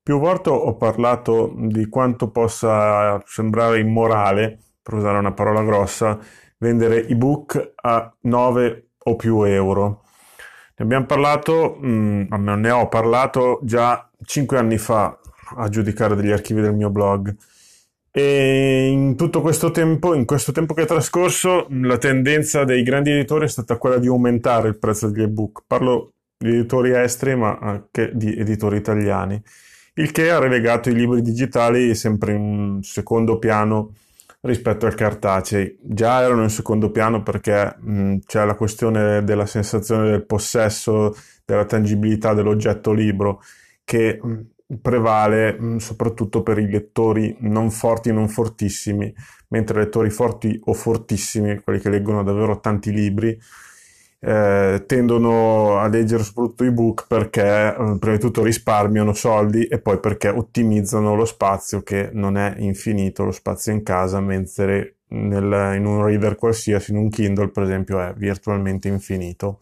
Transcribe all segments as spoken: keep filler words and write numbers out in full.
Più volte ho parlato di quanto possa sembrare immorale, per usare una parola grossa, vendere ebook a nove o più euro. Ne abbiamo parlato, mh, almeno ne ho parlato già cinque anni fa, a giudicare degli archivi del mio blog. E in tutto questo tempo, in questo tempo che è trascorso, la tendenza dei grandi editori è stata quella di aumentare il prezzo degli ebook. Parlo di editori esteri, ma anche di editori italiani, il che ha relegato i libri digitali sempre in un secondo piano rispetto al cartacei. Già erano in secondo piano perché mh, c'è la questione della sensazione del possesso, della tangibilità dell'oggetto libro, che mh, prevale mh, soprattutto per i lettori non forti e non fortissimi, mentre lettori forti o fortissimi, quelli che leggono davvero tanti libri, eh, tendono a leggere soprattutto ebook perché eh, prima di tutto risparmiano soldi e poi perché ottimizzano lo spazio, che non è infinito lo spazio in casa, mentre nel, in un reader qualsiasi, in un Kindle per esempio, è virtualmente infinito.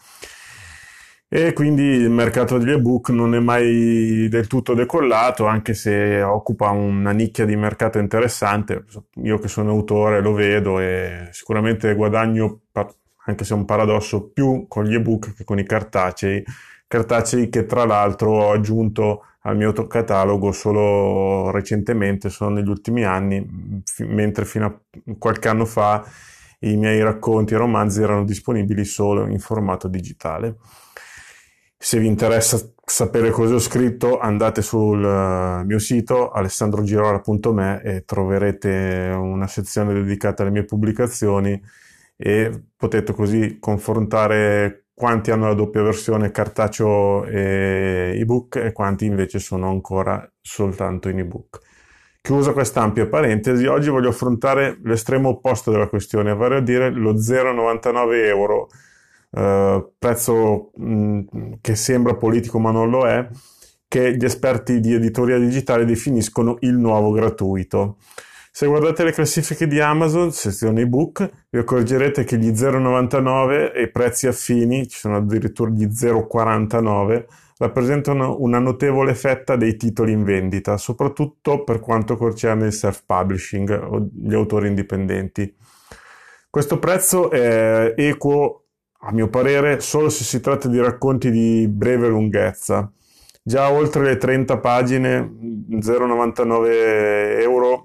E quindi il mercato degli ebook non è mai del tutto decollato, anche se occupa una nicchia di mercato interessante. Io che sono autore lo vedo e sicuramente guadagno, anche se è un paradosso, più con gli ebook che con i cartacei, cartacei che tra l'altro ho aggiunto al mio catalogo solo recentemente, sono negli ultimi anni, f- mentre fino a qualche anno fa i miei racconti e romanzi erano disponibili solo in formato digitale. Se vi interessa sapere cosa ho scritto, andate sul uh, mio sito alessandrogirola punto me e troverete una sezione dedicata alle mie pubblicazioni e potete così confrontare quanti hanno la doppia versione cartaceo e ebook e quanti invece sono ancora soltanto in ebook. Chiusa questa ampia parentesi, oggi voglio affrontare l'estremo opposto della questione, vale a dire lo zero virgola novantanove euro, eh, prezzo mh, che sembra politico ma non lo è, che gli esperti di editoria digitale definiscono il nuovo gratuito. Se guardate le classifiche di Amazon, sezione ebook, vi accorgerete che gli zero virgola novantanove e i prezzi affini, ci sono addirittura gli zero virgola quarantanove, rappresentano una notevole fetta dei titoli in vendita, soprattutto per quanto concerne il self-publishing o gli autori indipendenti. Questo prezzo è equo, a mio parere, solo se si tratta di racconti di breve lunghezza. Già oltre le trenta pagine, zero virgola novantanove euro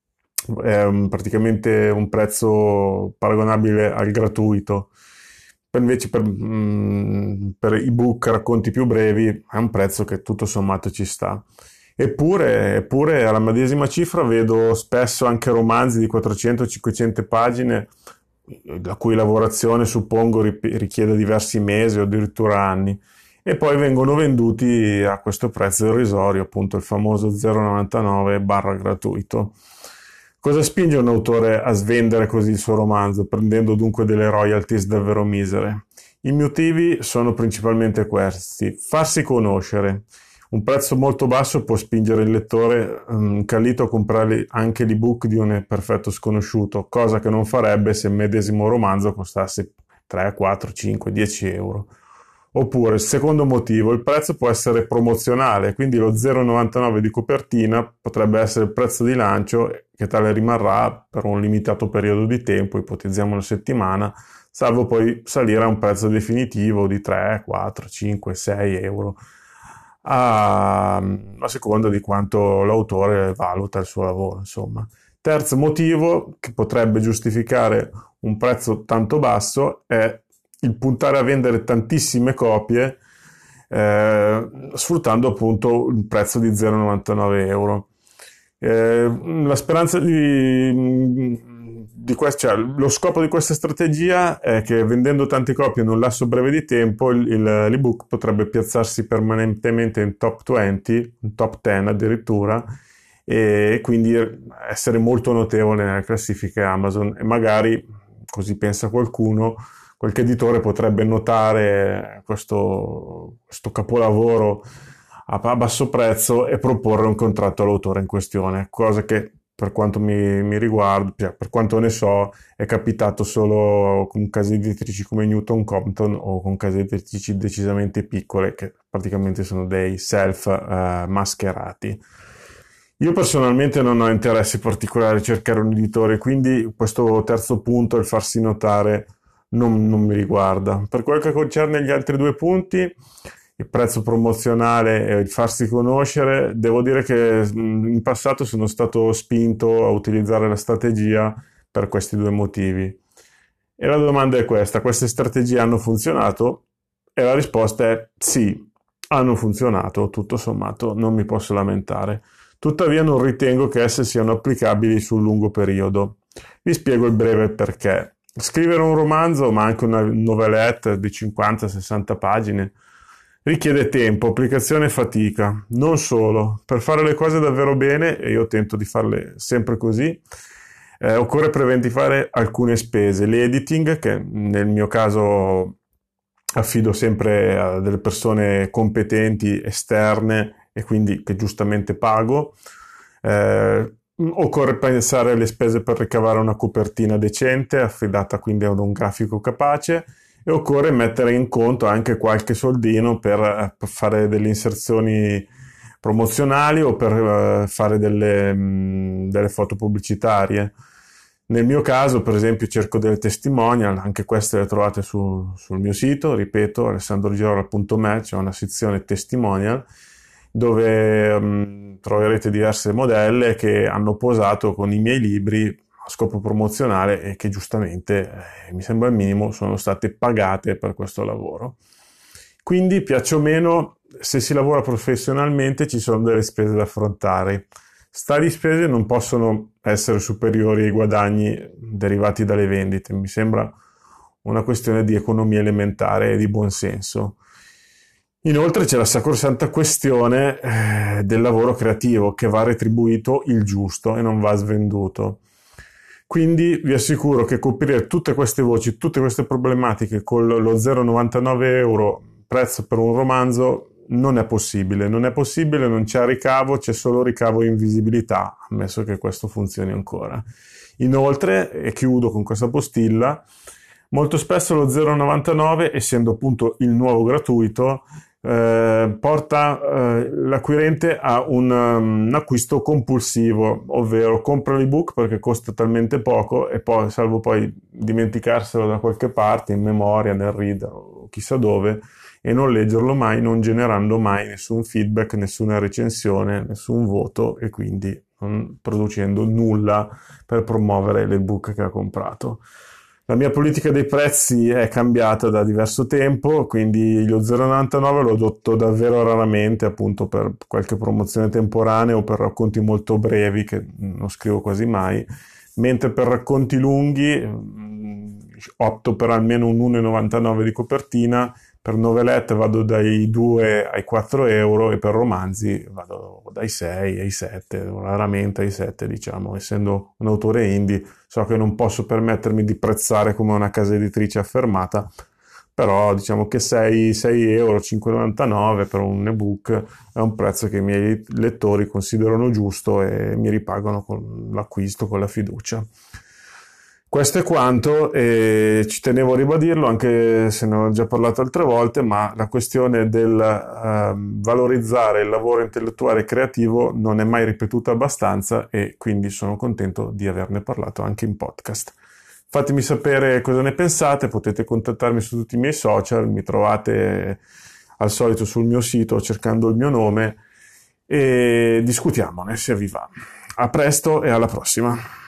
è praticamente un prezzo paragonabile al gratuito. Per invece per, mh, per ebook, racconti più brevi, è un prezzo che tutto sommato ci sta. Eppure, eppure alla medesima cifra vedo spesso anche romanzi di quattrocento cinquecento pagine, la cui lavorazione suppongo richiede diversi mesi o addirittura anni, e poi vengono venduti a questo prezzo irrisorio, appunto il famoso zero virgola novantanove barra gratuito. Cosa spinge un autore a svendere così il suo romanzo, prendendo dunque delle royalties davvero misere? I motivi sono principalmente questi: farsi conoscere. Un prezzo molto basso può spingere il lettore um, incallito a comprare anche l'ebook di un perfetto sconosciuto, cosa che non farebbe se il medesimo romanzo costasse tre, quattro, cinque, dieci euro. Oppure, il secondo motivo, il prezzo può essere promozionale, quindi lo zero virgola novantanove di copertina potrebbe essere il prezzo di lancio, che tale rimarrà per un limitato periodo di tempo, ipotizziamo una settimana, salvo poi salire a un prezzo definitivo di tre, quattro, cinque, sei euro, a, a seconda di quanto l'autore valuta il suo lavoro, insomma. Terzo motivo che potrebbe giustificare un prezzo tanto basso è il puntare a vendere tantissime copie eh, sfruttando appunto il prezzo di zero virgola novantanove euro. Eh, la speranza di, di questo, cioè, lo scopo di questa strategia è che vendendo tante copie in un lasso breve di tempo il, il, l'ebook potrebbe piazzarsi permanentemente in top venti, in top dieci addirittura, e quindi essere molto notevole nelle classifiche Amazon, e magari, così pensa qualcuno, qualche editore potrebbe notare questo, questo capolavoro a basso prezzo e proporre un contratto all'autore in questione, cosa che per quanto mi, mi riguarda, cioè, per quanto ne so, è capitato solo con case editrici come Newton Compton o con case editrici decisamente piccole che praticamente sono dei self eh, mascherati. Io personalmente non ho interessi particolari a cercare un editore, quindi questo terzo punto, il farsi notare, non, non mi riguarda. Per quel che concerne gli altri due punti, il prezzo promozionale e il farsi conoscere, devo dire che in passato sono stato spinto a utilizzare la strategia per questi due motivi. E la domanda è questa: queste strategie hanno funzionato? E la risposta è sì, hanno funzionato, tutto sommato non mi posso lamentare. Tuttavia non ritengo che esse siano applicabili sul lungo periodo. Vi spiego il breve perché. Scrivere un romanzo, ma anche una novelette di cinquanta sessanta pagine, richiede tempo, applicazione e fatica. Non solo, per fare le cose davvero bene, e io tento di farle sempre così, eh, occorre preventivare alcune spese. L'editing, che nel mio caso affido sempre a delle persone competenti, esterne, e quindi che giustamente pago. Eh, occorre pensare alle spese per ricavare una copertina decente, affidata quindi ad un grafico capace, e occorre mettere in conto anche qualche soldino per, per fare delle inserzioni promozionali o per uh, fare delle, mh, delle foto pubblicitarie. Nel mio caso, per esempio, cerco delle testimonial, anche queste le trovate su, sul mio sito, ripeto, alessandrogirola punto me, c'è una sezione testimonial, dove um, troverete diverse modelle che hanno posato con i miei libri a scopo promozionale e che giustamente, eh, mi sembra il minimo, sono state pagate per questo lavoro. Quindi, piaccia o meno, se si lavora professionalmente ci sono delle spese da affrontare. Tali spese non possono essere superiori ai guadagni derivati dalle vendite. Mi sembra una questione di economia elementare e di buonsenso. Inoltre c'è la sacrosanta questione eh, del lavoro creativo, che va retribuito il giusto e non va svenduto. Quindi vi assicuro che coprire tutte queste voci, tutte queste problematiche con lo zero virgola novantanove euro prezzo per un romanzo non è possibile. Non è possibile, non c'è ricavo, c'è solo ricavo e invisibilità, ammesso che questo funzioni ancora. Inoltre, e chiudo con questa postilla, molto spesso lo zero virgola novantanove, essendo appunto il nuovo gratuito, eh, porta eh, l'acquirente a un, um, un acquisto compulsivo, ovvero compra l'ebook perché costa talmente poco e poi, salvo poi dimenticarselo da qualche parte, in memoria, nel reader o chissà dove, e non leggerlo mai, non generando mai nessun feedback, nessuna recensione, nessun voto e quindi non producendo nulla per promuovere l'ebook che ha comprato. La mia politica dei prezzi è cambiata da diverso tempo, quindi lo zero virgola novantanove lo adotto davvero raramente, appunto per qualche promozione temporanea o per racconti molto brevi che non scrivo quasi mai, mentre per racconti lunghi opto per almeno un uno virgola novantanove di copertina. Per novelette vado dai due ai quattro euro e per romanzi vado dai sei ai sette, raramente ai sette, diciamo. Essendo un autore indie so che non posso permettermi di prezzare come una casa editrice affermata, però diciamo che sei euro, cinque virgola novantanove per un ebook è un prezzo che i miei lettori considerano giusto e mi ripagano con l'acquisto, con la fiducia. Questo è quanto, e ci tenevo a ribadirlo anche se ne ho già parlato altre volte, ma la questione del eh, valorizzare il lavoro intellettuale e creativo non è mai ripetuta abbastanza e quindi sono contento di averne parlato anche in podcast. Fatemi sapere cosa ne pensate, potete contattarmi su tutti i miei social, mi trovate al solito sul mio sito cercando il mio nome e discutiamone se vi va. A presto e alla prossima!